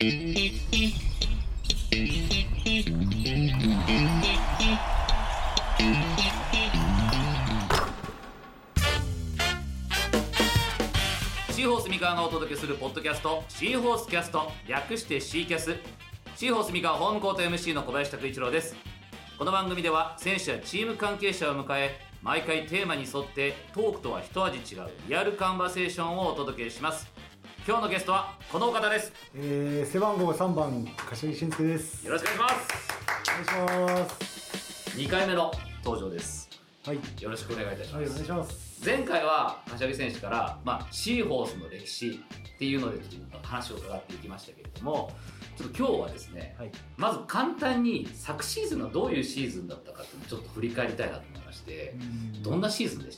シーホース三河がお届けするポッドキャスト、シーホースキャスト、略してシーキャス。シーホース三河ホームコート MC の小林拓一郎です。この番組では選手やチーム関係者を迎え、毎回テーマに沿ってトークとは一味違うリアルカンバセーションをお届けします。今日のゲストはこのお方です。 背番号3番柏木俊介です。 よろしくお願いします。 お願いします。 2回目の登場です。 はい、 よろしくお願いいたします。 はい、お願いします。 前回は柏木選手から、シーホースの歴史っていうのでちょっと話を伺っていきましたけれども、ちょっと今日はですね、はい、まず簡単に昨シーズンがどういうシーズンだったかっていうのをちょっと振り返りたいなと思いまして、どんなシーズンでした？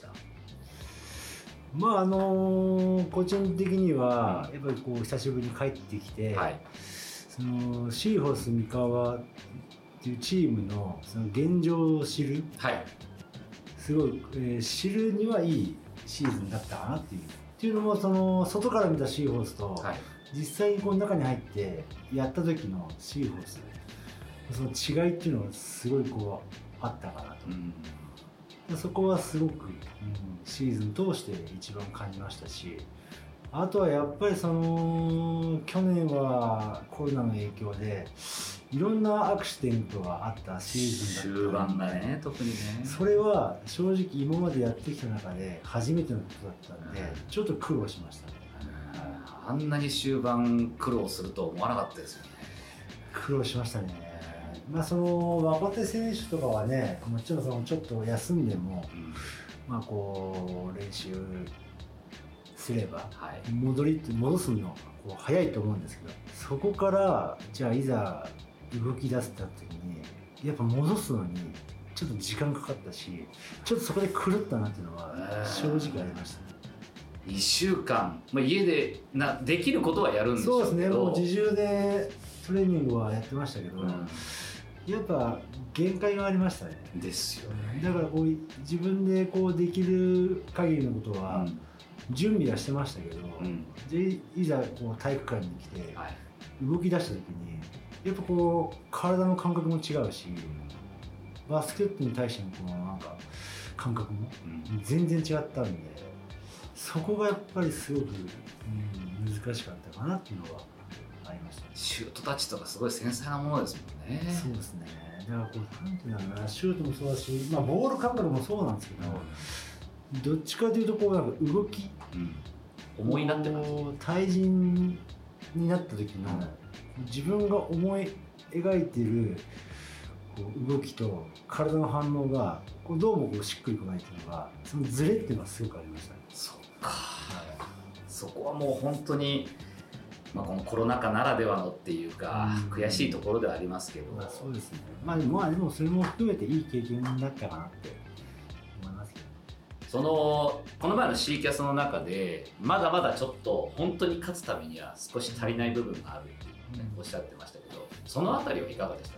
個人的にはやっぱりこう久しぶりに帰ってきて、はい、そのシーホース三河っていうチームのその現状を知る、はい、すごい、知るにはいいシーズンだったかなっていうのも、その外から見たシーホースと、はい、実際にこの中に入ってやった時のシーホース、その違いっていうのがすごいこうあったかなと、そこはすごく、シーズン通して一番感じましたし、あとはやっぱりその去年はコロナの影響でいろんなアクシデントがあったシーズンだった終盤だね、特にね。 それは正直今までやってきた中で初めてのことだったんで、ちょっと苦労しましたね。 あんなに終盤苦労すると思わなかったですよね。 苦労しましたね。その若手選手とかはね、もちろんそのちょっと休んでも、こう練習すれば、戻すのこう早いと思うんですけど、そこからじゃあいざ動き出した時にやっぱ戻すのにちょっと時間かかったし、ちょっとそこで狂ったなっていうのは正直ありましたね。 1週間、家でできることはやるんでしょうけど。そうですね、 もう自重でトレーニングはやってましたけど、やっぱ限界がありましたね。 ですよね。 だからこう自分でこうできる限りのことは準備はしてましたけど、でいざこう体育館に来て動き出した時にやっぱこう体の感覚も違うし、バスケットに対してのこのなんか感覚も全然違ったんで、そこがやっぱりすごく、難しかったかなっていうのはありました。 シュートタッチとかすごい繊細なものですもんね。 そうですね。だからこうなんていうんだろうな、シュートもそうだし、ボール感覚もそうなんですけど、どっちかというとこうなんか動き、 重いになってます。 対人になった時の、自分が思い描いているこう動きと体の反応がこうどうもこうしっくりこないっていうのが、そのズレっていうのはすごくありましたね。 そっか、そこはもう本当に、このコロナ禍ならではのっていうか、悔しいところではありますけど、 そうですね。でもそれも含めていい経験だったかなって思いますけど。 この前の C キャスの中でまだまだちょっと本当に勝つためには少し足りない部分があるって、おっしゃってましたけど、そのあたりはいかがでした？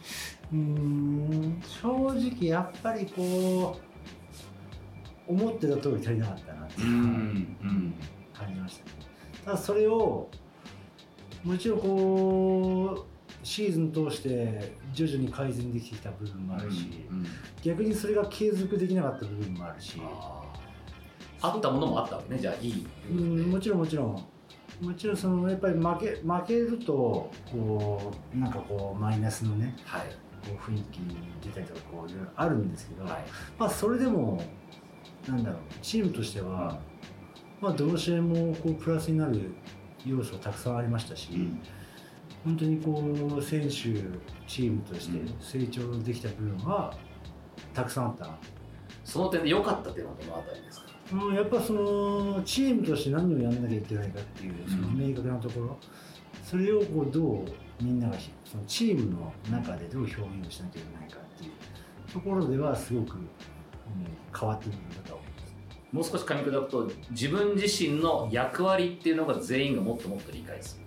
正直やっぱりこう思ってた通り足りなかったなっていう感じましたね。ただそれをもちろんこうシーズン通して徐々に改善できてきた部分もあるし、逆にそれが継続できなかった部分もあるし、 あったものもあったわけね。じゃあいい部分で、 もちろんそのやっぱり負けるとこうなんかこうマイナスのね、こう雰囲気に出たりとかこういろいろあるんですけど、それでもなんだろう、チームとしては、どの試合もこうプラスになる要素がたくさんありましたし、本当にこう選手チームとして成長できた部分はたくさんあったな。 その点で良かった点はどのあたりですか？ やっぱそのチームとして何をやらなきゃいけないかっていうその明確なところ、それをこうどうみんながそのチームの中でどう表現をしなきゃいけないかっていうところではすごく、変わってくるんだと思います。 もう少し噛み砕くと、自分自身の役割っていうのが全員がもっともっと理解する。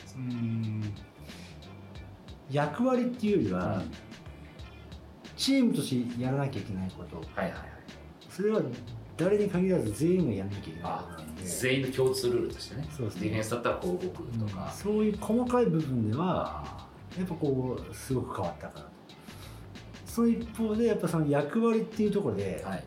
役割っていうよりは、チームとしてやらなきゃいけないこと、それは誰に限らず全員がやんなきゃいけないことなんで、 全員の共通ルールとしてね。 そうですね。 ディフェンスだったらこう動くとか、 そういう細かい部分ではやっぱこうすごく変わったかなと。その一方でやっぱその役割っていうところで、はい、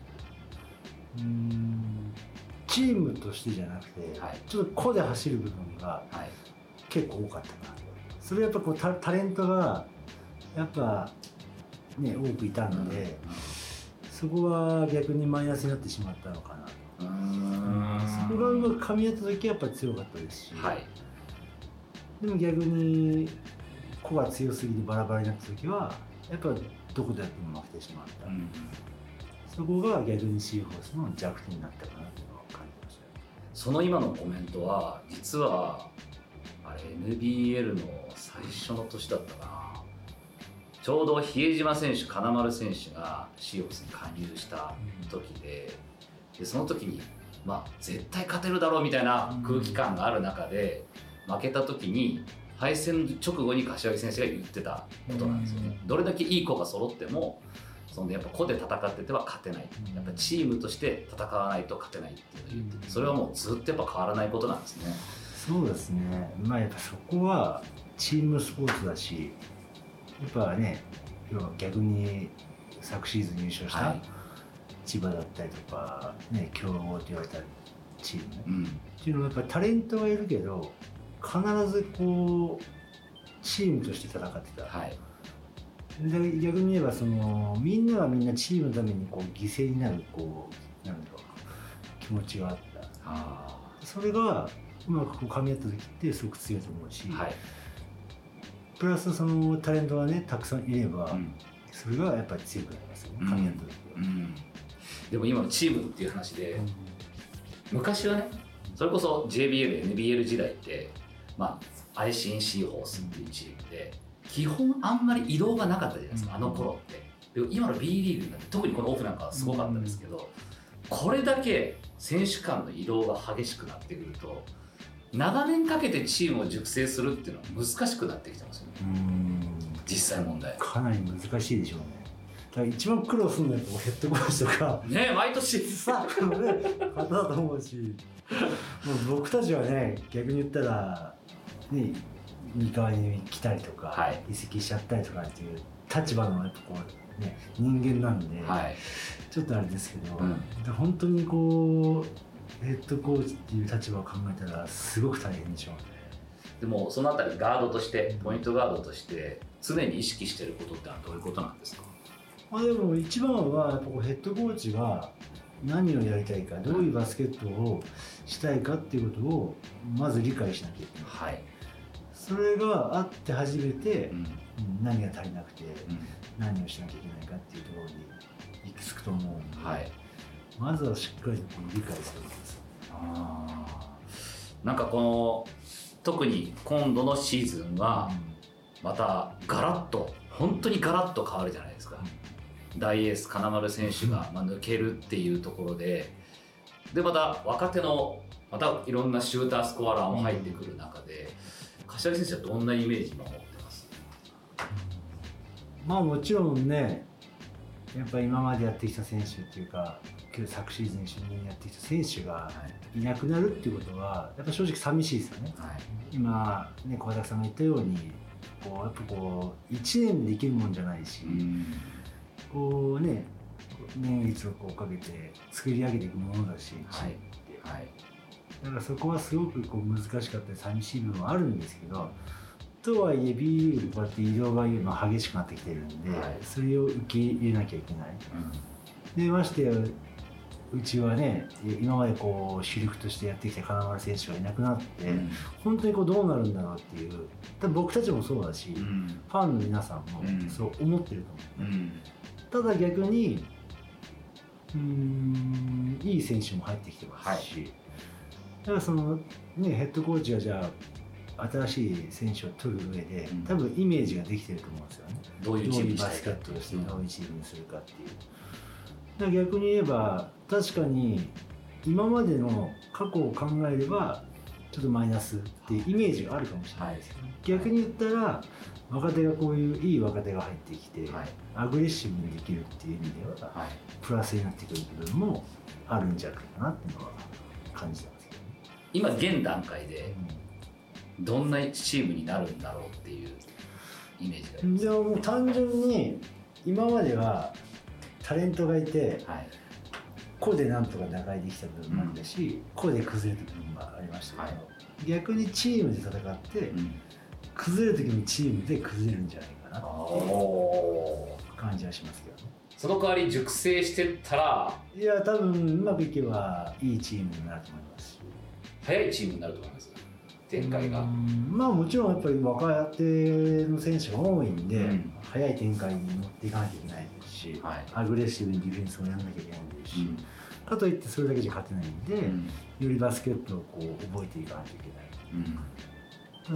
チームとしてじゃなくて、はい、ちょっと個で走る部分が結構多かったかなと。それはやっぱこうタレントがやっぱね多くいたので、そこは逆にマイナスになってしまったのかなと。そこがうまく噛み合った時はやっぱり強かったですし、はい、でも逆に個が強すぎてバラバラになった時はやっぱりどこでやっても負けてしまった、そこが逆にシーホースの弱点になったかなというのは感じました。 その今のコメントは実はあれ NBL の最初の年だったかな。ちょうど比江島選手、金丸選手がシーホースに加入した時で、その時にまあ絶対勝てるだろうみたいな空気感がある中で、負けた時に敗戦直後に柏木先生が言ってたことなんですよね。どれだけいい子が揃ってもそのやっぱ個で戦ってては勝てない、やっぱチームとして戦わないと勝てないっていうのを言ってて、それはもうずっとやっぱ変わらないことなんですね。 そうですね。まあやっぱそこはチームスポーツだし、やっぱね、要は逆に昨シーズン優勝した千葉だったりとか、ね、強豪と言われたチーム、っていうのはやっぱりタレントはいるけど必ずこうチームとして戦ってた、はい、で逆に言えばそのみんながみんなチームのためにこう犠牲になるこうなんだろう気持ちがあった。それがうまくこう噛み合った時ってすごく強いと思うし、はい、プラスそのタレントがねたくさんいれば、それがやっぱり強くなりますよね、噛み合った時は。 でも今のチームっていう話で、昔はねそれこそ JBL、NBL 時代ってまあアイシンシーホースっていうチームで基本あんまり移動がなかったじゃないですか、あの頃って。で今の B リーグになって特にこのオフなんかはすごかったですけど、これだけ選手間の移動が激しくなってくると長年かけてチームを熟成するっていうのは難しくなってきてますよね。実際問題かなり難しいでしょうね。だから一番苦労するのはヘッドコーチとかね、毎年スタッフのね方だと思うし、もう僕たちはね逆に言ったらね三河に来たりとか、はい、移籍しちゃったりとかっていう立場のやっぱこうね人間なんで、はい、ちょっとあれですけど、本当にこうヘッドコーチっていう立場を考えたらすごく大変でしょうね。 でもそのあたりガードとしてポイントガードとして常に意識してることってのはどういうことなんですか？ でも一番はやっぱこうヘッドコーチが何をやりたいか、どういうバスケットをしたいかっていうことをまず理解しなきゃいけない、はい、それがあって初めて、何が足りなくて、何をしなきゃいけないかっていうところに行き着くと思うので、はい、まずはしっかりと理解するんです。 なんかこの特に今度のシーズンはまたガラッと本当にガラッと変わるじゃないですか。大エース金丸選手が抜けるっていうところで、また若手のまたいろんなシュータースコアラーも入ってくる中で、柏木選手はどんなイメージ今持ってます？ まあもちろんね、やっぱり今までやってきた選手っていうか昨シーズン一緒にやってきた選手がいなくなるっていうことはやっぱ正直寂しいですよね、はい、今ね小畑さんが言ったようにこうやっぱこう1年でできるもんじゃないし、こうね年月をこうかけて作り上げていくものだし、はい、はい、だからそこはすごくこう難しかったり寂しい部分はあるんですけど、とはいえ B リーグでこうやって移動が今激しくなってきてるんで、はい、それを受け入れなきゃいけない、でましてうちはね今までこう主力としてやってきた金丸選手がいなくなって、本当にこうどうなるんだろうっていう、多分僕たちもそうだし、ファンの皆さんもそう思ってると思う、ただ逆にいい選手も入ってきてますし、はい、だからそのねヘッドコーチがじゃあ新しい選手を取る上で、多分イメージができてると思うんですよね。 どういうチームにバスケットをしてどういうチームにするかっていう。だから逆に言えば確かに今までの過去を考えればちょっとマイナスっていうイメージがあるかもしれないですけど、逆に言ったら若手がこういういい若手が入ってきて、はい、アグレッシブにできるっていう意味では、はい、プラスになってくる部分もあるんじゃないかなっていうのは感じてますけどね。 今現段階でどんなチームになるんだろうっていうイメージがあります。 でももう単純に今まではタレントがいて、はい、個でなんとか打開できた部分もあるし、個で崩れた部分もありましたけど、はい、逆にチームで戦って、崩れる時にチームで崩れるんじゃないかなっていう感じはしますけどね。 その代わり熟成してったら、 いや多分うまくいけばいいチームになると思いますし、 早いチームになると思います。展開がまあもちろんやっぱり若手の選手が多いんで、早い展開に持っていかなきゃいけないですし、はい、アグレッシブにディフェンスをやらなきゃいけないですし、かといってそれだけじゃ勝てないんで、よりバスケットをこう覚えていかなきゃいけない、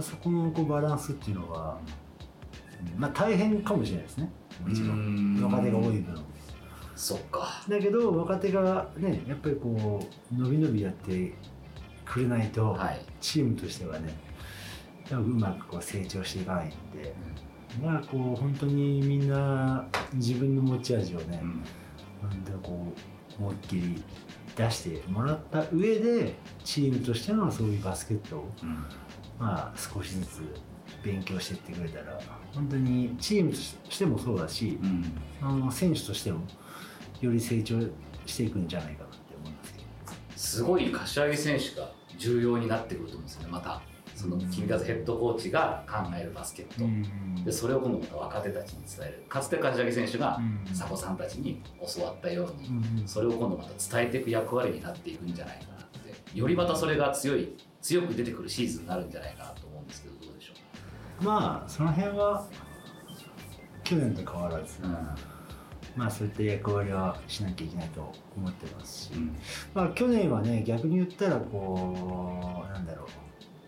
そこのこうバランスっていうのは、まあ大変かもしれないですね。もちろん若手が多い分。 そっか。 だけど若手がねやっぱりこう伸び伸びやってくれないと、はい、チームとしてはねうまくこう成長していかないんで、まあこう本当にみんな自分の持ち味をね、こう思いっきり出してもらった上でチームとしてのそういうバスケットを、まあ少しずつ勉強していってくれたら本当にチームとしてもそうだし、選手としてもより成長していくんじゃないかなって思いますけど。 すごい柏木選手が重要になってくると思うんですよね。またその君和ヘッドコーチが考えるバスケット、でそれを今度また若手たちに伝える。かつて柏木選手が佐古さんたちに教わったように、それを今度また伝えていく役割になっていくんじゃないかなって、よりまたそれが強く出てくるシーズンになるんじゃないかなと思うんですけど、どうでしょう。まあその辺は去年と変わらず、まあそういった役割はしなきゃいけないと思ってますし、まあ去年はね逆に言ったらこうなんだろう、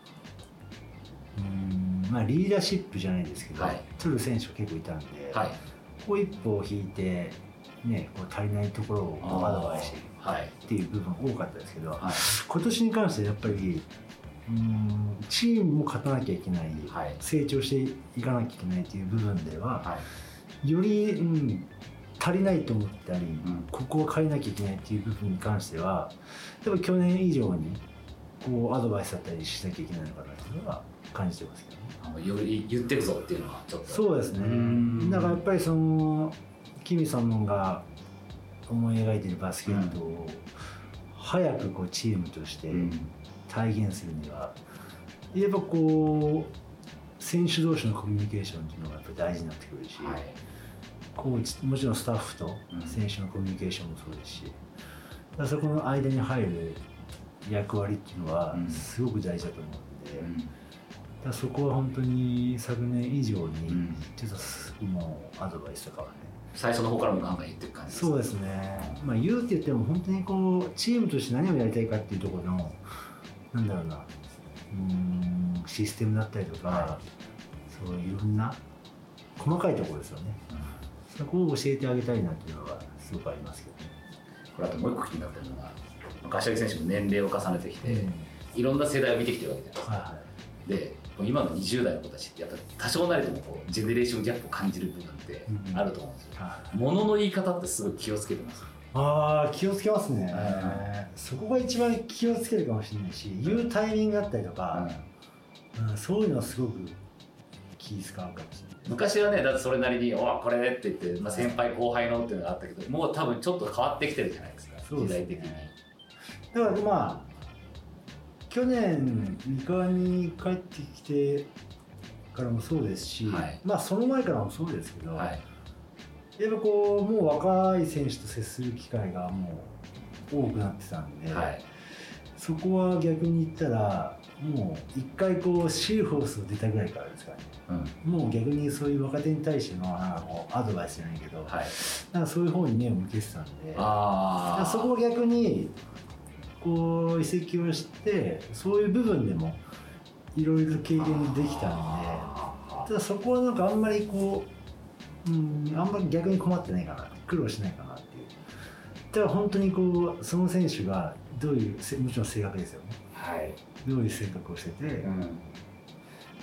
まあリーダーシップじゃないですけど、取る選手が結構いたんで、こう一歩を引いてねこう足りないところをアドバイスっていう部分多かったですけど、今年に関してやっぱりチームも勝たなきゃいけない、成長していかなきゃいけないっていう部分では、より、足りないと思ったり、ここは変えなきゃいけないっていう部分に関してはやっぱ去年以上にこうアドバイスだったりしなきゃいけないのかなっていうのは感じてますけどね。 より言ってくぞっていうのはちょっとそうですね。だからやっぱりそのキミさんが思い描いているバスケットを早くこうチームとして体現するにはやっぱこう選手同士のコミュニケーションっていうのがやっぱり大事になってくるし、コーチもちろんスタッフと選手のコミュニケーションもそうですし、だからそこの間に入る役割っていうのはすごく大事だと思うんで、だからそこは本当に昨年以上にちょっともうアドバイスとかはね最初の方からもガンガン言ってる感じですか。 そうですね。まあ言うって言っても本当にこうチームとして何をやりたいかっていうところのなんだろうな、システムだったりとか、そういういろんな細かいところですよね、そこを教えてあげたいなっていうのがすごくありますけどね。 これあともう一個気になってるのが柏木選手も年齢を重ねてきて、いろんな世代を見てきてるわけじゃないですか、で今の20代の子たちってやっぱり多少なりともこうジェネレーションギャップを感じる部分ってあると思うんですよ、物の言い方ってすごい気をつけてます。 気をつけますね、そこが一番気をつけるかもしれないし、言うタイミングだったりとか、そういうのはすごく気使うかもしれない。 昔はねだってそれなりに「おこれ」って言って、先輩後輩のっていうのがあったけど、もう多分ちょっと変わってきてるじゃないですか、時代的に。 だからまあ去年三河に帰ってきてからもそうですし、まあその前からもそうですけど、やっぱこうもう若い選手と接する機会がもう多くなってたんで、そこは逆に言ったらもう一回こうシーホースを出たぐらいからですかね、もう逆にそういう若手に対してのアドバイスじゃないけど、なんかそういう方に目を向けてたんで、そこを逆にこう移籍をしてそういう部分でもいろいろ経験できたんで、ただそこはなんかあんまりこう、あんまり逆に困ってないかな、苦労しないかなっていう。ただ本当にこうその選手がどういうもちろん性格ですよね、どういう性格をしてて、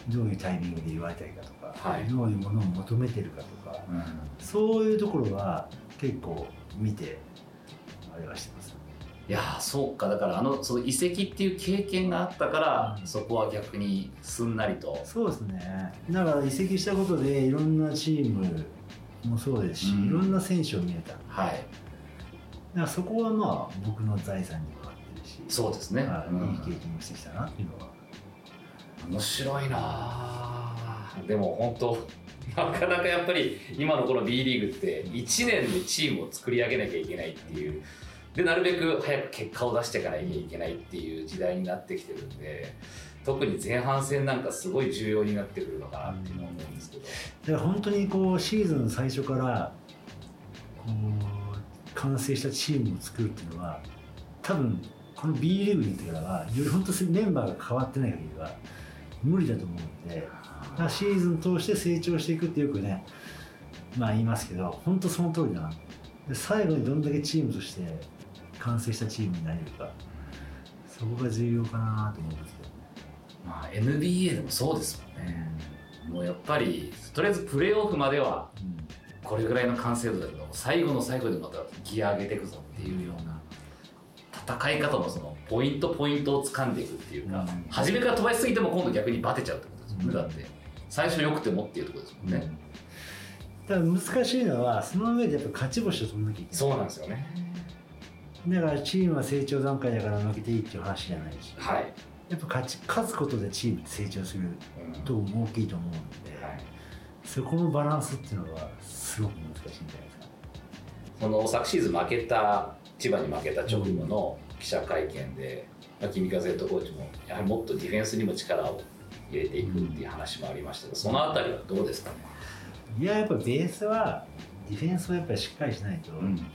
どういうタイミングで言われたいかとか、 はい、 どういうものを求めてるかとか、そういうところは結構見てあれはしてます。 いやそうか、だからその移籍っていう経験があったから、そこは逆にすんなりと。 そうですね。だから移籍したことでいろんなチームもそうですし、いろんな選手を見れた。 はい。 だからそこはまあ僕の財産にもなってるし、 そうですね。 いい経験をしてきたなっていうのは。 面白いな。でも本当なかなかやっぱり今のこの B リーグって1年でチームを作り上げなきゃいけないっていう。でなるべく早く結果を出していかなきゃいけないっていう時代になってきてるんで、特に前半戦なんかすごい重要になってくるのかなっていうのは思うんですけど、 だから本当にこうシーズン最初からこう完成したチームを作るっていうのは多分この B リーグに行ってからは本当にメンバーが変わってない限りは無理だと思うので、だからシーズン通して成長していくってよくねまあ言いますけど、本当その通りだな。で最後にどんだけチームとして完成したチームになれるか、そこが重要かなと思いますけどね。 まあ NBA でもそうですもんね。もうやっぱりとりあえずプレーオフまではこれぐらいの完成度だけど、最後の最後でまたギア上げていくぞっていうような戦い方のそのポイントを掴んでいくっていうか、初めから飛ばしすぎても今度逆にバテちゃうってことですもんね。だって最初良くてもっていうところですもんね。 だから難しいのはその上でやっぱ勝ち星を取らなきゃいけない。 そうなんですよね。 だからチームは成長段階だから負けていいっていう話じゃないし、 はい、 やっぱ勝つことでチームって成長するとも大きいと思うので、はい、そこのバランスっていうのはすごく難しいんじゃないですか。 その昨シーズン千葉に負けた直後の記者会見で、君風ヘッドコーチもやはりもっとディフェンスにも力を入れていくっていう話もありましたが、そのあたりはどうですかね。 いや、やっぱベースはディフェンスをやっぱりしっかりしないと、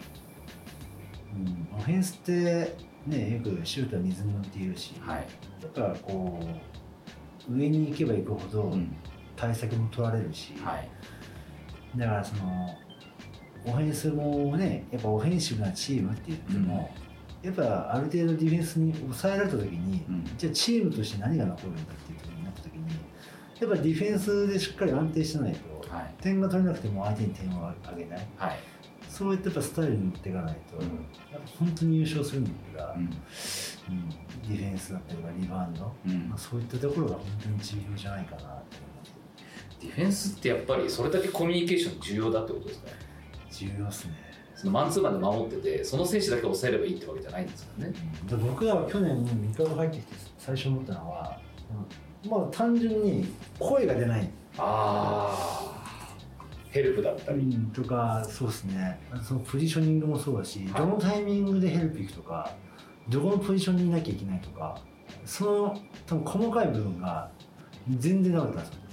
オフェンスってね、よくシュートは水物っていうし、はい、やっぱこう上に行けば行くほど対策も取られるし、はい、だからそのオフェンスもね、やっぱオフェンシブなチームって言っても、やっぱある程度ディフェンスに抑えられた時に、じゃあチームとして何が残るんだっていう時になった時に、やっぱディフェンスでしっかり安定してないと、はい、点が取れなくても相手に点をあげない、はい、そういったやっぱスタイルに持っていかないと、やっぱ本当に優勝するんだから、ディフェンスだったりとかリバウンド、そういったところが本当に重要じゃないかなと思います。 ディフェンスってやっぱりそれだけコミュニケーション重要だってことですかね。 重要ですね。 そのマンツーマンで守ってて、その選手だけ抑えればいいってわけじゃないんですからね。 僕らは去年三河が入ってきて最初思ったのは、まあ単純に声が出ない。 ヘルプだったり、 とか、そうですね。そのポジショニングもそうだし、はい、どのタイミングでヘルプ行くとか、どこのポジションにいなきゃいけないとか、その多分細かい部分が全然なかったんですよ。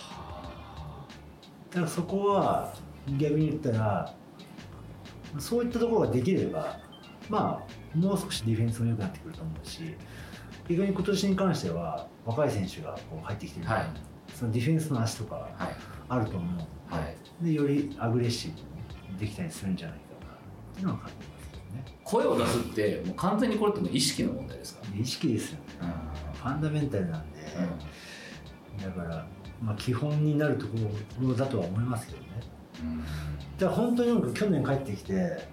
だからそこは逆に言ったら、そういったところができれば、まあもう少しディフェンスも良くなってくると思うし、意外に今年に関しては若い選手がこう入ってきてるから、はい、そのディフェンスの足とかあると思う、はい、でよりアグレッシブにできたりするんじゃないかなっていうのは感じますけどね。 声を出すってもう完全にこれっても意識の問題ですか？ 意識ですよね、ファンダメンタルなんで、だから、まあ、基本になるところだとは思いますけどね。だから本当になんか去年帰ってきて、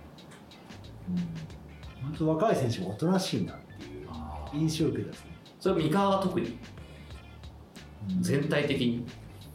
本当若い選手がおとなしいなっていう印象を受けたですね。 それは三河は特に、全体的に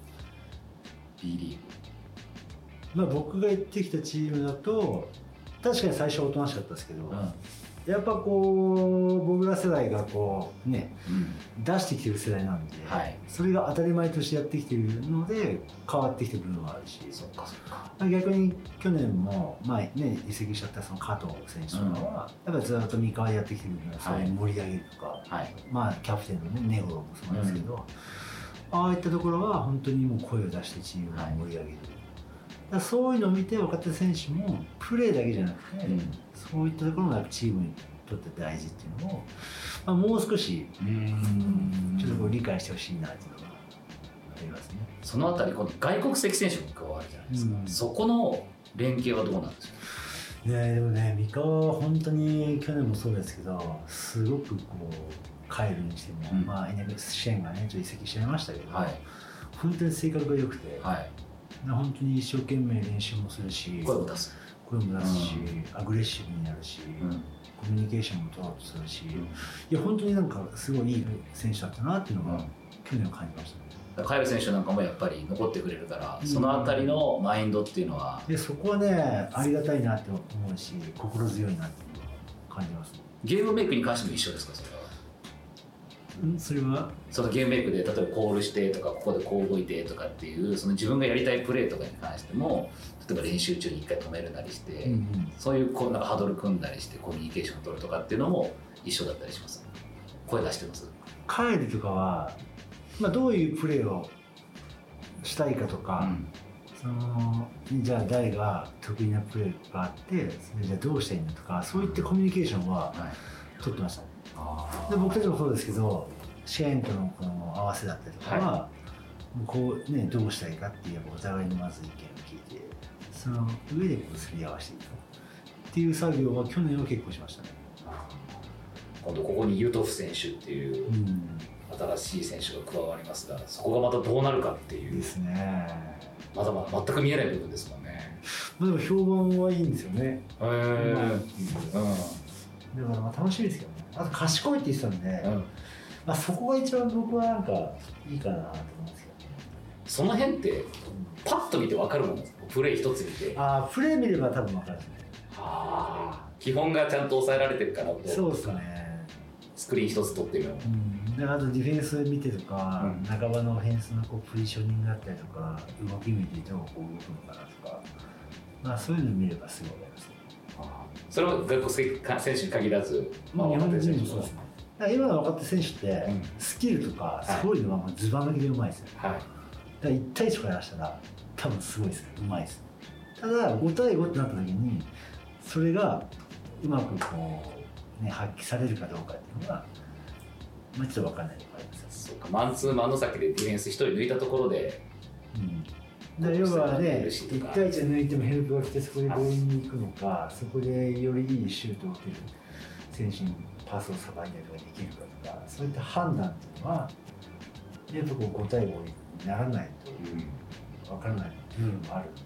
B リーグ、まあ、僕が行ってきたチームだと確かに最初はおとなしかったですけど、やっぱこう僕ら世代がこうね、出してきてる世代なんで、はい、それが当たり前としてやってきてるので変わってきてる部分もあるし、逆に去年も前ね移籍しちゃったその加藤選手とかは、やっぱりずっと三河でやってきてるので、それに盛り上げるとか、はい、まあキャプテンのね根室もそうなんですけど、ああいったところは本当にもう声を出してチームを盛り上げる。だそういうのを見て若手選手もプレーだけじゃなくて、そういったところがチームにとって大事っていうのを、まあ、もう少しちょっとこう理解してほしいなっていうのがありますね。 そのあたり外国籍選手も加わるじゃないですか、そこの連携はどうなんですか？ でもね、三河は本当に去年もそうですけど、すごくこう帰るにしても、まあ NFS 支援がねちょっと移籍しちゃいましたけど、本当に性格が良くて、本当に一生懸命練習もするし、声も出すし、アグレッシブになるし、コミュニケーションも取ろうとするし、いや本当になんかすごいいい選手だったなっていうのが去年は感じましたね。 帰る選手なんかもやっぱり残ってくれるから、そのあたりのマインドっていうのは、 でそこはねありがたいなって思うし、心強いなって感じます、ね。 ゲームメイクに関しても一緒ですか、それは。 それはそのゲームメイクで例えばコールしてとか、ここでこう動いてとかっていう、その自分がやりたいプレーとかに関しても、例えば練習中に一回止めるなりして、そういうこうなんかハードル組んだりしてコミュニケーション取るとかっていうのも一緒だったりします。声出してます。 帰るとかは、まあ、どういうプレーをしたいかとか、そのじゃあ誰が得意なプレーがあってそれじゃあどうしたらいいんだとか、そういったコミュニケーションは取ってました、で僕たちもそうですけど、シェーンとのこの合わせだったりとかは、こうねどうしたらいいかっていうお互いにまず意見を聞いて、その上でこうすり合わせていくっていう作業は去年は結構しましたね。 今度ここにユトフ選手っていう、新しい選手が加わりますが、そこがまたどうなるかっていうですね。 まだまだ全く見えない部分ですもんね。 まあでも評判はいいんですよね。だからまあ楽しみですけどね。あと賢いって言ってたんで、まあそこが一番僕はなんかいいかなと思うんですけどね。 その辺ってパッと見て分かるもんですか、プレー一つ見て。 プレー見れば多分分かるですね。 基本がちゃんと抑えられてるかなと。 そうですね。 スクリーン一つ取ってみよう。 あとディフェンス見てとか、仲間のオフェンスのこうポジショニングだったりとか、動き見てどうこう動くのかなとか、まあそういうの見ればすごい分かりますね。 それは外国選手に限らず、 まあ、日本人もそうですね。今の若手選手って、スキルとかすごいのはもうズバ抜きでうまいですよ。だから1対1とかやらしたら多分すごいですよ、うまいです。ただ5対5ってなった時にそれがうまくこう、ね、発揮されるかどうかっていうのが、まあ、ちょっと分かんないところありますよ。 そうか、マンツーマンの先でディフェンス1人抜いたところで、 だから要はね、1対1で抜いてもヘルプが来てそこで強引に行くのか、そこでよりいいシュートを打てる選手にパスをさばいたりとかできるかとか、そういった判断っていうのはやっぱこう5対5にならないと分からない部分もあるので、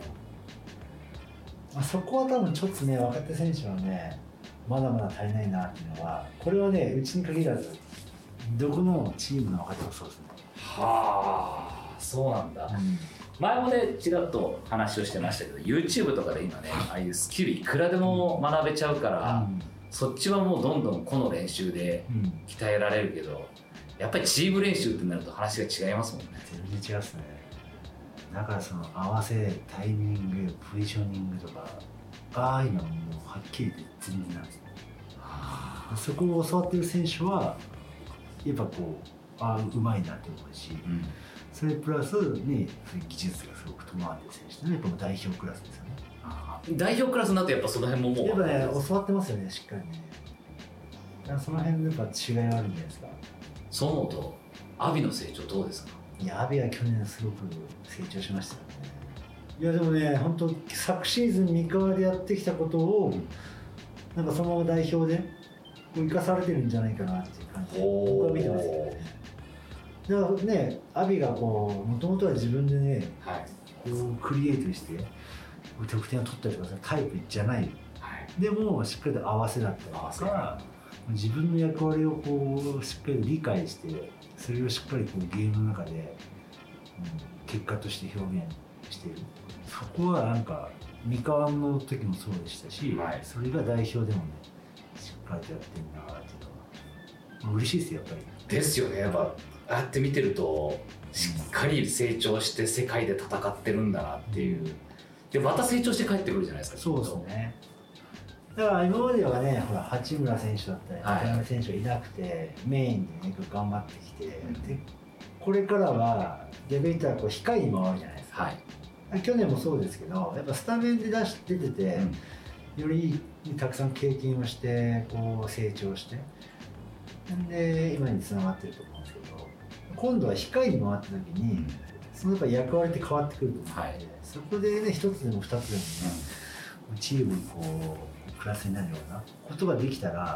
まあ、そこは多分ちょっとね若手選手はねまだまだ足りないなっていうのは、これはねうちに限らずどこのチームの若手もそうですね。 はあ、そうなんだ。前もねちらっと話をしてましたけど、 YouTube とかで今ねああいうスキルいくらでも学べちゃうから、そっちはもうどんどん個の練習で鍛えられるけど、やっぱりチーム練習ってなると話が違いますもんね。 全然違いますね。だからその合わせタイミングポジショニングとかああいうのもはっきり言って全然なんですね。そこを教わってる選手はやっぱこううまいなって思うし、それプラスね技術がすごく伴ってる選手ってね、やっぱもう代表クラスですよね。 代表クラスになってやっぱその辺ももうやっぱね教わってますよね、しっかりね。だからその辺のやっぱ違いはあるんじゃないですか。 そう思うとアビの成長どうですか？ いや、アビは去年すごく成長しましたよね。いやでもね、本当昨シーズン三河でやってきたことをなんかそのまま代表で生かされてるんじゃないかなっていう感じで僕は見てますけどね。だからね、アビがこうもともとは自分でね、こうクリエイトして得点を取ったりとかするタイプじゃない、でもしっかりと合わせだったりとか自分の役割をこうしっかり理解してそれをしっかりこうゲームの中で、結果として表現している。そこはなんか三河の時もそうでしたし、それが代表でもねしっかりとやってるなっていうのは嬉しいですよ、やっぱり。ですよね。 やっぱああやって見てるとしっかり成長して世界で戦ってるんだなっていう。でまた成長して帰ってくるじゃないですか。 そうですね。だから今まではね、ほら八村選手だったり渡辺選手がいなくて、メインでね頑張ってきて、でこれからはデベーターはこう控えに回るじゃないですか。去年もそうですけど、やっぱスタメンで出てて、よりたくさん経験をしてこう成長してで今につながってると思うんですけど、今度は控えに回った時にそのやっぱ役割って変わってくると思うので、そこでね一つでも二つでもね、チームにこうプラスになるようなことができたら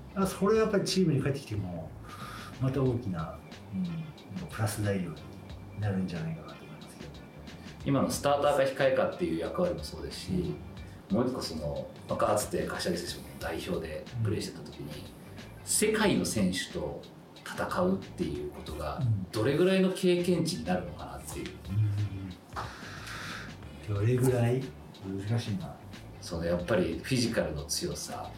それはやっぱりチームに帰ってきてもまた大きな、プラス材料になるんじゃないかなと思いますけど、 今のスターターか控えかっていう役割もそうですし、もう一個そのかつて柏木選手も代表でプレーしてた時に、世界の選手と戦うっていうことがどれぐらいの経験値になるのかなっていう、 どれぐらい難しいな。 そのやっぱりフィジカルの強さ、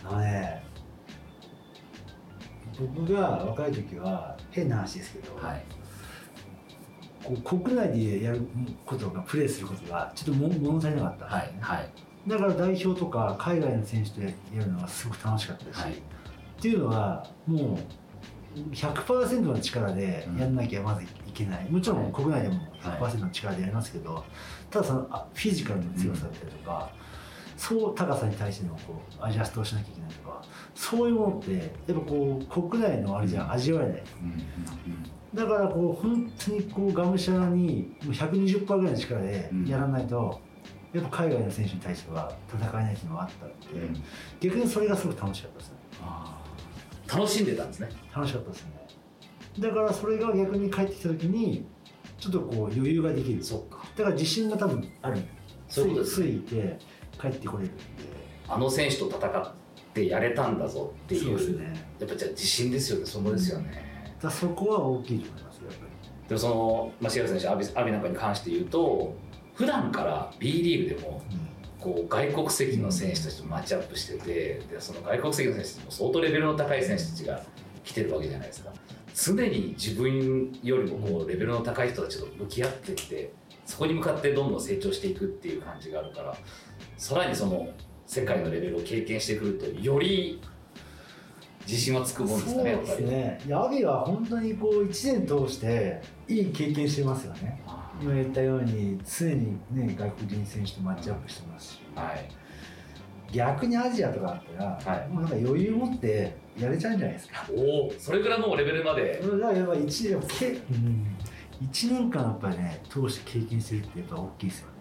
僕が若い時は変な話ですけど、こう国内でやることがプレーすることがちょっと物足りなかったんですね、だから代表とか海外の選手とやるのはすごく楽しかったし、っていうのはもう 100% の力でやんなきゃまずいけない、もちろん国内でも 100% の力でやりますけど、ただそのフィジカルの強さだったりとか、そう高さに対してのこうアジャストをしなきゃいけないとか、そういうものってやっぱこう国内のあれじゃ味わえない、だからこう本当にこうがむしゃらにもう 120% ぐらいの力でやらないと、やっぱ海外の選手に対しては戦えないっていうのがあったので、逆にそれがすごく楽しかったですね。 楽しんでたんですね。 楽しかったですね。だからそれが逆に帰ってきた時にちょっとこう余裕ができる。 そうか。 だから自信が多分ある。 そういうことですね。 ついて帰ってこれるんで。 あの選手と戦ってやれたんだぞっていう。そうですね。やっぱじゃあ自信ですよね。そこですよね。 だそこは大きいと思いますよやっぱり。 でもその重原選手、阿部なんかに関して言うと、普段から B リーグでも。こう外国籍の選手たちとマッチアップしてて、でその外国籍の選手たちも相当レベルの高い選手たちが来てるわけじゃないですか。常に自分よりもこうレベルの高い人たちと向き合ってって、そこに向かってどんどん成長していくっていう感じがあるから、さらにその世界のレベルを経験してくるとより自信はつくもんですかね。やっぱりそうですね。 阿部は本当にこう1年通していい経験してますよね。今言ったように常に、ね、外国人選手とマッチアップしてますし、逆にアジアとかだったら、もうなんか余裕持ってやれちゃうんじゃないですか。 それぐらいのレベルまで。 だからやっぱ1年間やっぱりね通して経験してるってやっぱ大きいですよね。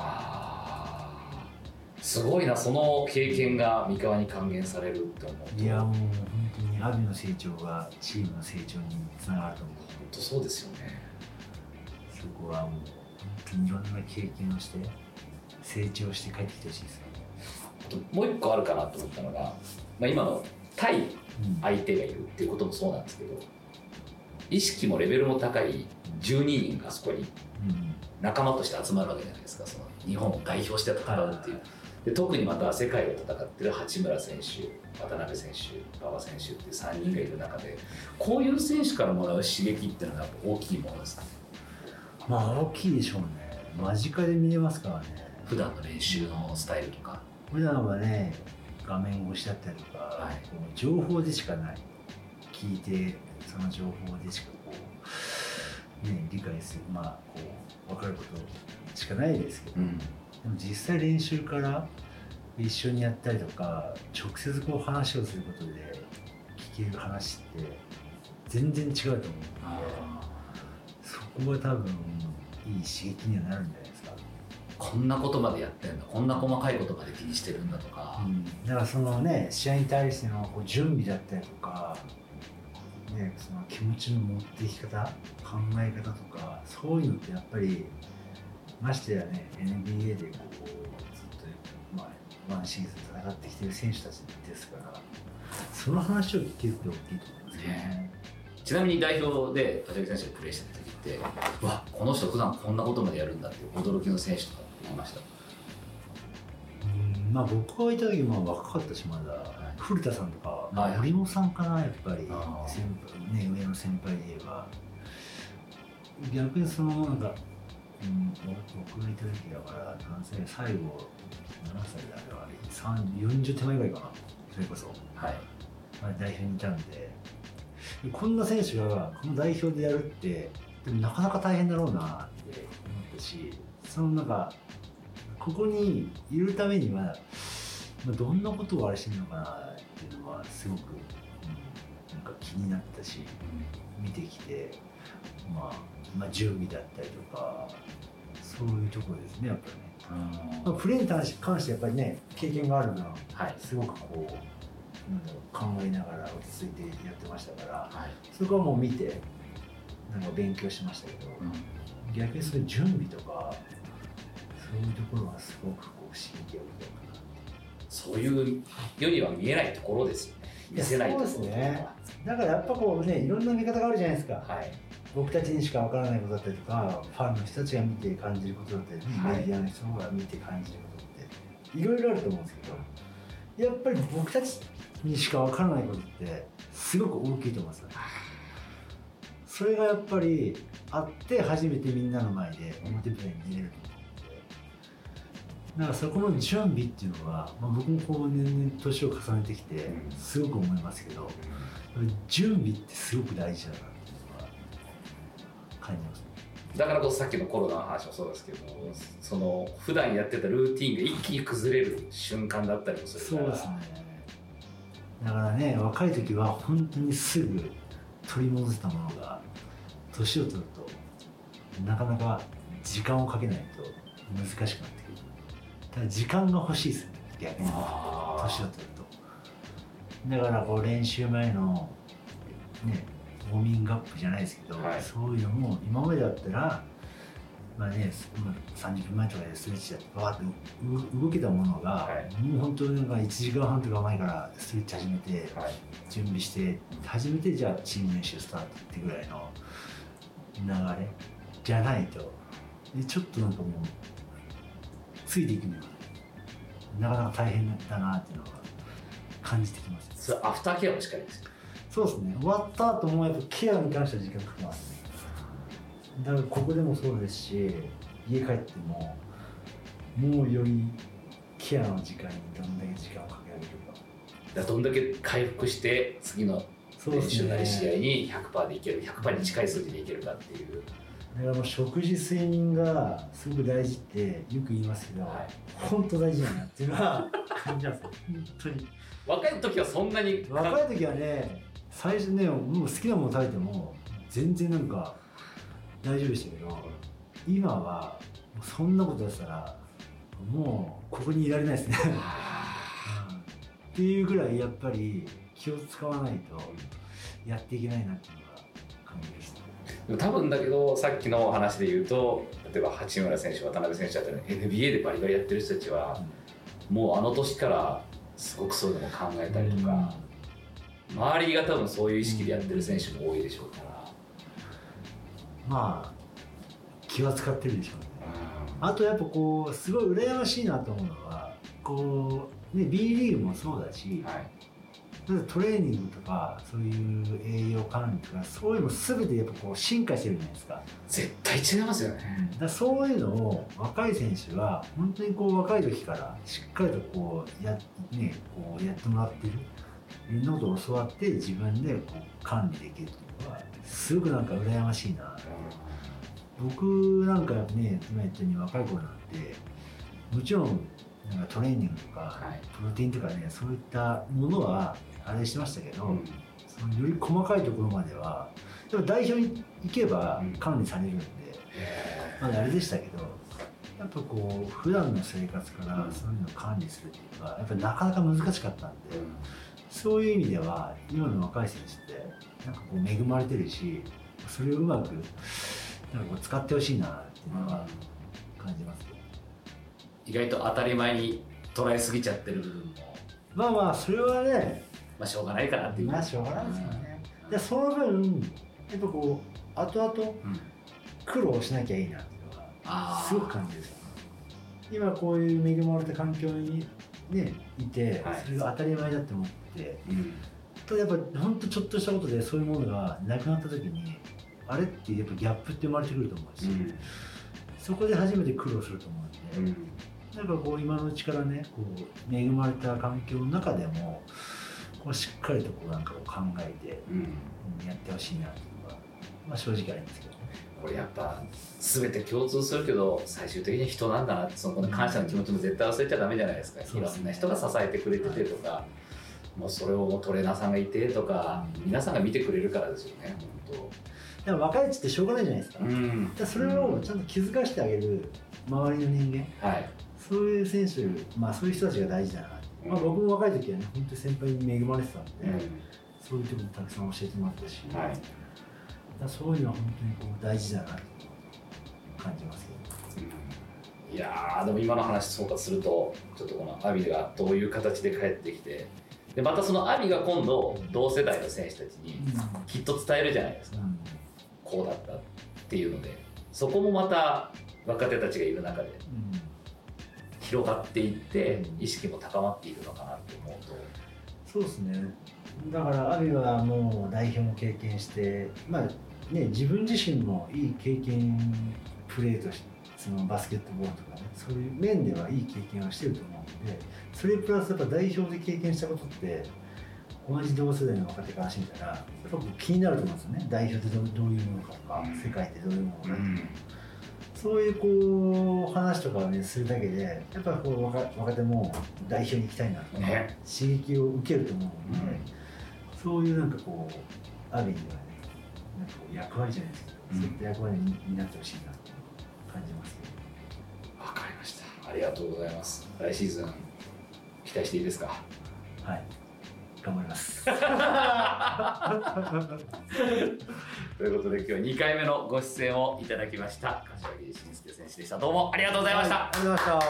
すごいな、その経験が三河に還元されるって思うと。 いやもう本当に阿部の成長がチームの成長につながると思う。 本当そうですよね。 そこはもう本当にいろんな経験をして成長して帰ってきてほしいですね。 あともう一個あるかなと思ったのが、今の対相手がいるっていうこともそうなんですけど、意識もレベルも高い12人がそこに仲間として集まるわけじゃないですか。その日本を代表して戦うっていう。で特にまた世界を戦ってる八村選手、渡辺選手、馬場選手っていう3人がいる中で、こういう選手からもらう刺激っていうのはやっぱ大きいものですかね。 大きいでしょうね。間近で見れますからね。 普段の練習のスタイルとか。 普段はね、画面越しだったりとか、情報でしかない。聞いて、その情報でしかこう、理解する、こう、分かることしかないですけど、でも実際練習から一緒にやったりとか、直接こう話をすることで聞ける話って全然違うと思うので、そこは多分いい刺激にはなるんじゃないですか。 こんなことまでやってんだ、こんな細かいことまで気にしてるんだとか、 だからそのね、試合に対してのこう準備だったりとか、その気持ちの持っていき方、考え方とか、そういうのってやっぱりましてやね、 NBA でこうずっとワンシーズン戦ってきてる選手たちですから、その話を聞けるって大きいと思いますね。 ちなみに代表で柏木選手がプレーしてた時って、この人普段こんなことまでやるんだっていう驚きの選手とかって言いました？ 僕がいた時若かったし、まだ古田さんとか、森本さんかな、やっぱり上の先輩で言えば。逆にそのなんか、僕がいた時だから何歳、最後7歳だから40手前ぐらいかな、それこそ、代表にいたんで、こんな選手がこの代表でやるってでもなかなか大変だろうなって思ったし、そのなんかここにいるためには、どんなことをあれしてるのかなっていうのはすごく、なんか気になったし、見てきて、準備だったりとか、そういうところですね、やっぱりね。プレーに関してやっぱりね、経験があるのは、すごくこう考えながら落ち着いてやってましたから、そこはもう見てなんか勉強しましたけど、逆にそういう準備とかそういうところはすごくこう刺激を受けたかな。 そういうよりは見えないところですよね。見せないところ。 そうですね。だからやっぱこうね、いろんな見方があるじゃないですか。僕たちにしかわからないことだったりとか、ファンの人たちが見て感じることだったり、メディアの人が見て感じることっていろいろあると思うんですけど、やっぱり僕たちにしかわからないことってすごく大きいと思うんですよ。それがやっぱりあって初めてみんなの前で表舞台に出れると思うんで、だからそこの準備っていうのは、僕もこう年々年を重ねてきてすごく思いますけど、準備ってすごく大事だなっていうのは感じますね。 だからこそさっきのコロナの話もそうですけど、その普段やってたルーティンが一気に崩れる瞬間だったりもするから。そうですね。 だからね、若い時は本当にすぐ取り戻せたものが年を取るとなかなか時間をかけないと難しくなってくる。ただ時間が欲しいですよね、逆に年を取ると。だからこう練習前のね、ウォーミングアップじゃないですけど、そういうのも今までだったら30分前とかでストレッチやってバーって動けたものが、もう本当になんか1時間半とか前からストレッチ始めて、準備して初めてじゃあチーム練習スタートってぐらいの流れじゃないと、ちょっとなんかもうついていくにはなかなか大変だなっていうのは感じてきます。 それアフターケアもしっかりですよ。 そうですね。終わった後もやっぱケアに関しては時間かけますね。だからここでもそうですし、家帰ってももうよりケアの時間にどんだけ時間をかけられるか。 だからどんだけ回復して次の練習なり試合に 100% でいける、100% に近い数字でいけるかっていう。 だからもう食事睡眠がすごく大事ってよく言いますけど、本当大事だなっていうのは感じます。本当に。 若い時はそんなに。 若い時はね、最初ね、もう好きなもの食べても全然なんか大丈夫でしたけど、今はそんなことやったらもうここにいられないですね、っていうぐらいやっぱり気を使わないとやっていけないなっていうのが感じでした。 多分だけどさっきの話で言うと、例えば八村選手、渡辺選手だったり NBA でバリバリやってる人たちは、もうあの年からすごくそういうのも考えたりとか、周りが多分そういう意識でやってる選手も多いでしょうから、 まあ気は使ってるでしょうね。あとやっぱこうすごい羨ましいなと思うのは、こうね B リーグもそうだし、トレーニングとかそういう栄養管理とかそういうの全てやっぱこう進化してるじゃないですか。 絶対違いますよね。 だそういうのを若い選手は本当にこう若い時からしっかりとこうやってもらってる、いろんなことを教わって自分でこう管理できるっていうのはすごくなんか羨ましいな。僕なんかね、今言ったように若い頃なんてもちろんなんかトレーニングとか、プロテインとかね、そういったものはあれしてましたけど、そのより細かいところまではでも代表に行けば管理されるんで、まだあれでしたけど、やっぱこう普段の生活からそういうのを管理するっていうのはやっぱりなかなか難しかったんで、そういう意味では今の若い選手ってなんかこう恵まれてるし、それをうまくなんかこう使ってほしいなっていうのは感じますね。 意外と当たり前に捉えすぎちゃってる部分も、 まあまあそれはね、 しょうがないかなっていう。 しょうがないですよね。でその分やっぱこう後々苦労しなきゃいいなっていうのがすごく感じるんですよ。今こういう恵まれた環境にねいて、それが当たり前だって思って、ただやっぱ本当ちょっとしたことでそういうものがなくなった時にあれってやっぱギャップって生まれてくると思うし、そこで初めて苦労すると思うんで、なんかこう今のうちからね、こう恵まれた環境の中でもこうしっかりとこうなんかを考えてやってほしいなっていうのが、まあ正直ありますけどね。 これやっぱ全て共通するけど最終的に人なんだなって、その感謝の気持ちも絶対忘れちゃダメじゃないですか。いろんな人が支えてくれててとか、もうそれをもうトレーナーさんがいてとか、皆さんが見てくれるからですよね。本当。 でも若いうちってしょうがないじゃないですか。だそれをちゃんと気づかせてあげる周りの人間、そういう選手、まあそういう人たちが大事だなってまあ、僕も若い時はね本当に先輩に恵まれてたんで、そういうところもたくさん教えてもらったし、だそういうのは本当にこう大事だなと感じますけど、 いやでも今の話総括するとちょっとこのアビがどういう形で帰ってきて、でまたそのアビが今度同世代の選手たちにきっと伝えるじゃないですか、こうだったっていうので、そこもまた若手たちがいる中で広がっていって意識も高まっているのかなって思うと、 そうですね。だからアビはもう代表も経験して、まあね、自分自身もいい経験プレーとしてそのバスケットボールとかね、そういう面ではいい経験をしてると思うので、それプラスやっぱ代表で経験したことって同じ同世代の若手からしてみたらやっぱ気になると思うんですよね。代表ってどういうものかとか、世界ってどういうものかとか、そういうこう話とかをねするだけでやっぱこう若手も代表に行きたいなとか、ね、刺激を受けると思うので、そういうなんかこうアビにはねなんかこう役割じゃないですか、そういった役割になってほしいなと感じますね。 わかりました。ありがとうございます。来シーズン期待していいですか？ はい。頑張ります。 ということで今日は2回目のご出演をいただきました柏木慎介選手でした。どうもありがとうございました。 はい、ありがとうございました。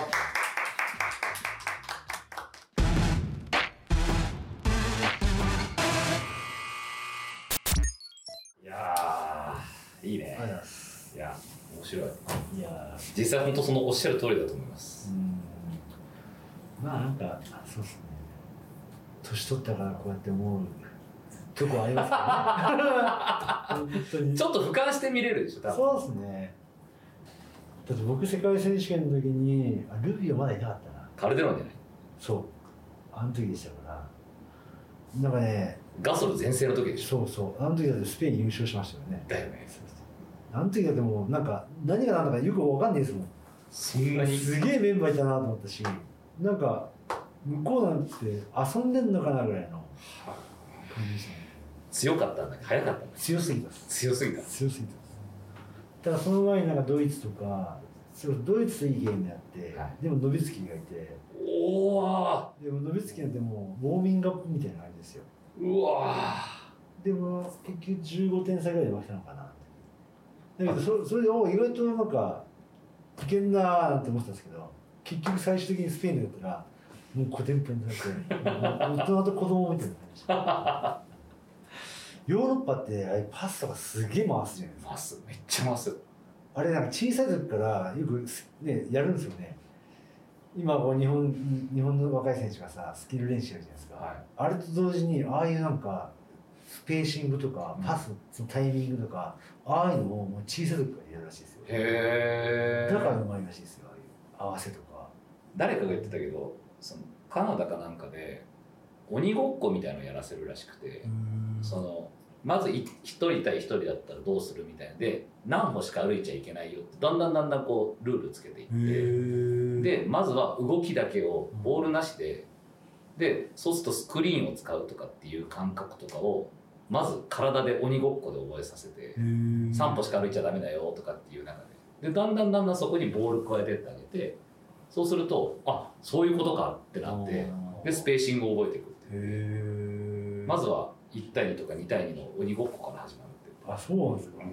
いいね。いや面白い。 いや実際本当そのおっしゃる通りだと思います。 まあなんかそうですね。年取ったからこうやって思うとこありますけどね。本当に。 ちょっと俯瞰して見れるでしょ。多分そうですね。だって僕世界選手権の時にルビオまだいなかったな。 カルデロンじゃない？そう。 あの時でしたから。なんかね。 ガソル全盛の時でしょ。 そうそう。あの時だってスペイン優勝しましたよね。 だよね。 あの時だってもうなんか何が何だかよくわかんないですもん。 そんなにすげえメンバーいたなと思ったし、なんか向こうなんて遊んでんのかなぐらいの感じでしたね。 強かったんだけど早かったんだ。 強すぎた。 強すぎた。 ただその前になんかドイツとか、ドイツといいゲームやって、でもノビツキがいて、 おお。 でもノビツキなんてもうウォーミングアップみたいな感じですよ。 うわでも結局15点差ぐらいで負けたのかな。だけどそれで意外となんかいけんなーなんて思ってたんですけど、結局最終的にスペインだったらもうコテンパンになって大人と子供みたいな感じでヨーロッパってあれパスとかすげえ回すじゃないですか。 回す、めっちゃ回す。 あれなんか小さい時からよくねやるんですよね。今こう日本の若い選手がさスキル練習やるじゃないですか、はい、あれと同時にああいうなんかスペーシングとかパスのタイミングとか、ああいうのをもう小さい時からやるらしいですよ。へえ。だからうまいらしいですよ、ああいう合わせとか。 誰かが言ってたけど、そのカナダかなんかで鬼ごっこみたいなのをやらせるらしくて、そのまず1人対1人だったらどうするみたいなで何歩しか歩いちゃいけないよってだんだんこうルールつけていって、でまずは動きだけをボールなしでそうするとスクリーンを使うとかっていう感覚とかをまず体で鬼ごっこで覚えさせて3歩しか歩いちゃダメだよとかっていう中でだんだんそこにボール加えてってあげて、そうするとあそういうことかってなってでスペーシングを覚えていくっていう。まずは1対2とか2対2の鬼ごっこから始まるって。 あ、そうなんですか。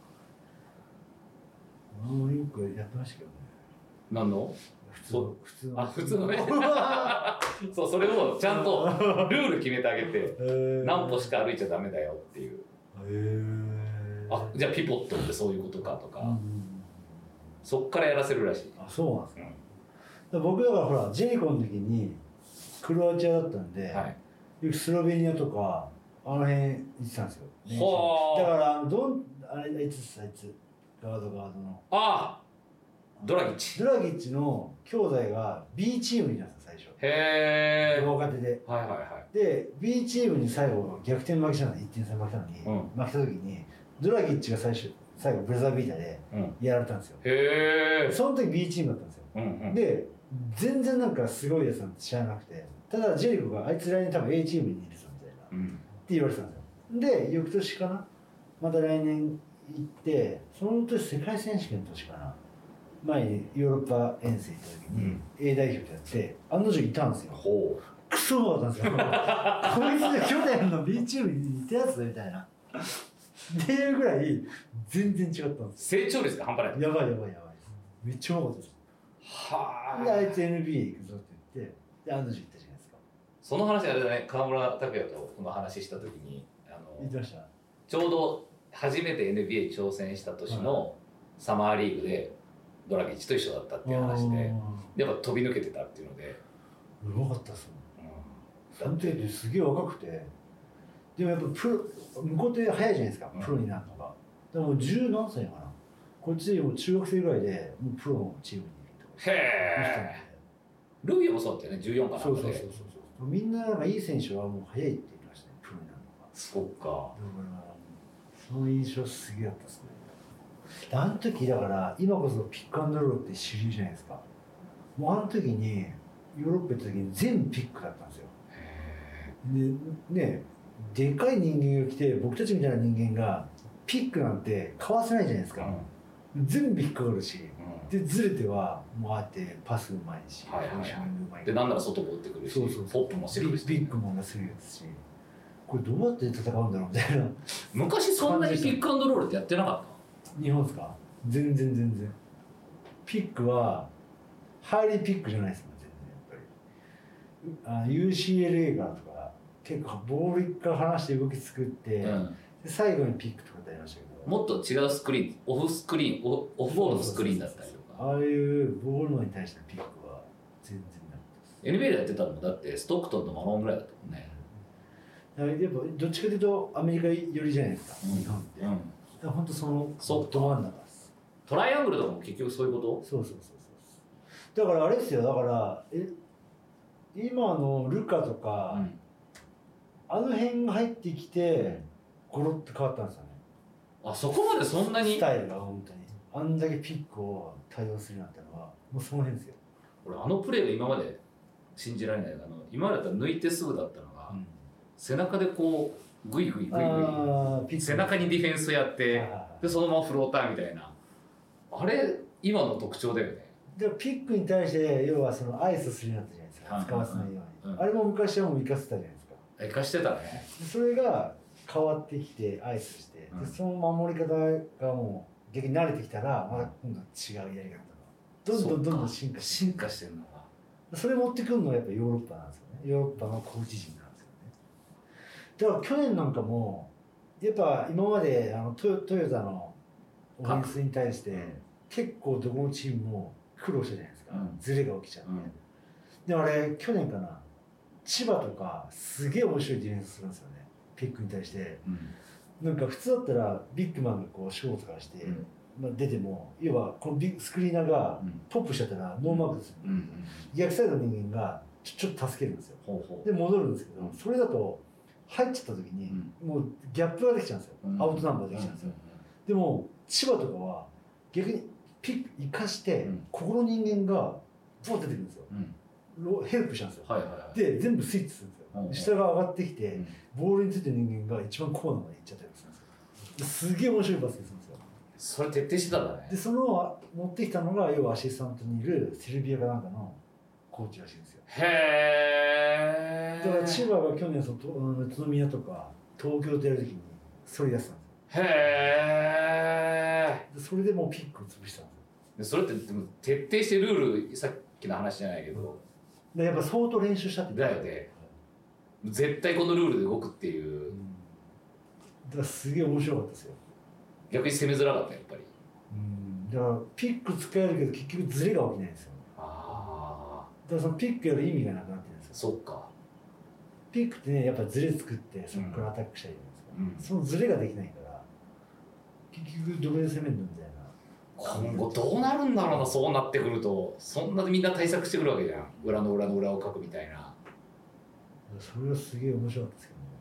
よくやってましたけどね。 何の？普通のね。そう、それをちゃんとルール決めてあげて何歩しか歩いちゃダメだよっていう。あ、じゃあピポットってそういうことかとか、そっからやらせるらしい。 あ、そうなんですか。僕だからほらジェニコの時にクロアチアだったんで、よくスロベニアとかあの辺行ってたんですよ。だからあいつガードのドラギッチの兄弟が B チームになった最初。 へー。 若手で。で B チームに最後逆転負けしたのに1点差負けたのに、負けた時にドラギッチが最後ブレザービーターでやられたんですよ。へー。その時 B チームだったんですよ。で全然なんかすごいやつなんて知らなくて、ただジェリコがあいつ来年多分 A チームにいるぞみたいな、って言われてたんですよ。で翌年かなまた来年行って、その年世界選手権の年かな前にヨーロッパ遠征行った時に A 代表でやって案の定いたんですよ。クソうまかったんですよ。こいつが去年の B チームにいたやつだみたいなっていうぐらい全然違ったんです。 成長率が半端ない。 やばいめっちゃうまかったです。はあ。であいつ NBA 行くぞって言ってで案の定行ったじゃないですか。 その話あれだね、河村拓哉とこの話した時に言ってました。 ちょうど初めて NBA 挑戦した年のサマーリーグでドラギッチと一緒だったっていう話で、やっぱ飛び抜けてたっていうのでうまかったっすもん。その時すげえ若くて、でもやっぱプロ向こうって早いじゃないですか、プロになるのが。でも10何歳かな、こっちでも中学生ぐらいでもうプロのチームにいるとか。へえ。ルビーもそうだったよね、14かなんかで。そうみんながいい選手はもう早いって言ってましたね、プロになるのが。 そっか。だからその印象すげえあったですね。あの時だから今こそピックアンドロールって主流じゃないですか。もうあの時にヨーロッパ行った時に全部ピックだったんですよ。でね、でかい人間が来て僕たちみたいな人間がピックなんてかわせないじゃないですか、全部引っかかるし、でずれてはもうあってパスうまいし、 でなんなら外も打ってくるし、ポップもしてくるし、 ビッグもがするやつし、これどうやって戦うんだろうみたいな。 昔そんなにピックアンドロールってやってなかった？ 日本ですか？全然ピックはハイリーピックじゃないですもん、全然やっぱり。UCLA からとか結構ボール一回離して動き作って、で最後にピックとかってありましたけど、 もっと違うスクリーン、オフボールのスクリーンだったりとか、 ああいうボールのに対してのピックは全然なかったです。 NBA でやってたのもだってストックトンとマロンぐらいだったもんね。 やっぱどっちかというとアメリカ寄りじゃないですか、日本って。だから本当そのど真ん中です。 トライアングルとかも結局そういうこと？ そうだからあれですよ、だから今のルカとか、あの辺が入ってきてゴロッと変わったんですよね。 あそこまでそんなにスタイルが本当にあんだけピックを対応するようになったのはもうその辺ですよ。 俺あのプレーが今まで信じられない。今までだったら抜いてすぐだったのが、背中でこうグイグイ背中にディフェンスやってでそのままフローターみたいな、あれ今の特徴だよね。 でもピックに対して要はそのアイスするようになったじゃないですか、使わせないように。あれも昔はもう生かせたじゃないですか。 生かしてたね。 それが変わってきてアイスして、でその守り方がもう逆に慣れてきたらまた今度は違うやり方がどんどん進化してるのが、それ持ってくるのはやっぱヨーロッパなんですよね。ヨーロッパのコーチ陣なんですよね。だから去年なんかもやっぱ今までトヨタのオフェンスに対して結構どこのチームも苦労したじゃないですか、ズレが起きちゃって、であれ去年かな、千葉とかすげえ面白いディフェンスするんですよね、ピックに対して。なんか普通だったらビッグマンがこうショートからして、出ても要はこのスクリーナーがトップしちゃったらノーマークですよ、逆サイドの人間がちょっと助けるんですよ、で戻るんですけど、それだと入っちゃった時にもうギャップができちゃうんですよ、アウトナンバーできちゃうんですよ。でも千葉とかは逆にピック生かして、ここの人間がボーッ出てくるんですよ、ヘルプしちゃうんですよ、で全部スイッチするんですよ、下が上がってきて、ボールについてる人間が一番コーナーまで行っちゃったりするんですよ。すげえ面白いバスケするんですよ。 それ徹底してたんだね。 でその持ってきたのが要はアシスタントにいるセルビアかなんかのコーチらしいんですよ。 へえ。 だから千葉が去年宇都宮とか東京でやるときにそれやってたんですよ。へえ。それでもうピックを潰したんですよ。それってでも徹底してルール、さっきの話じゃないけど、 でやっぱ相当練習したってだよね。絶対このルールで動くっていう、 だからすげえ面白かったですよ。 逆に攻めづらかったやっぱり。 だからピック使えるけど結局ズレが起きないんですよ。だからそのピックやる意味がなくなってるんですよ。 そっか。 ピックってねやっぱズレ作ってそこからアタックしたいじゃないですか、そのズレができないから結局どこで攻めるのみたいな。 今後どうなるんだろうな、そうなってくると。そんなみんな対策してくるわけじゃん、裏の裏の裏を書くみたいな。 それはすげえ面白かったですけどね。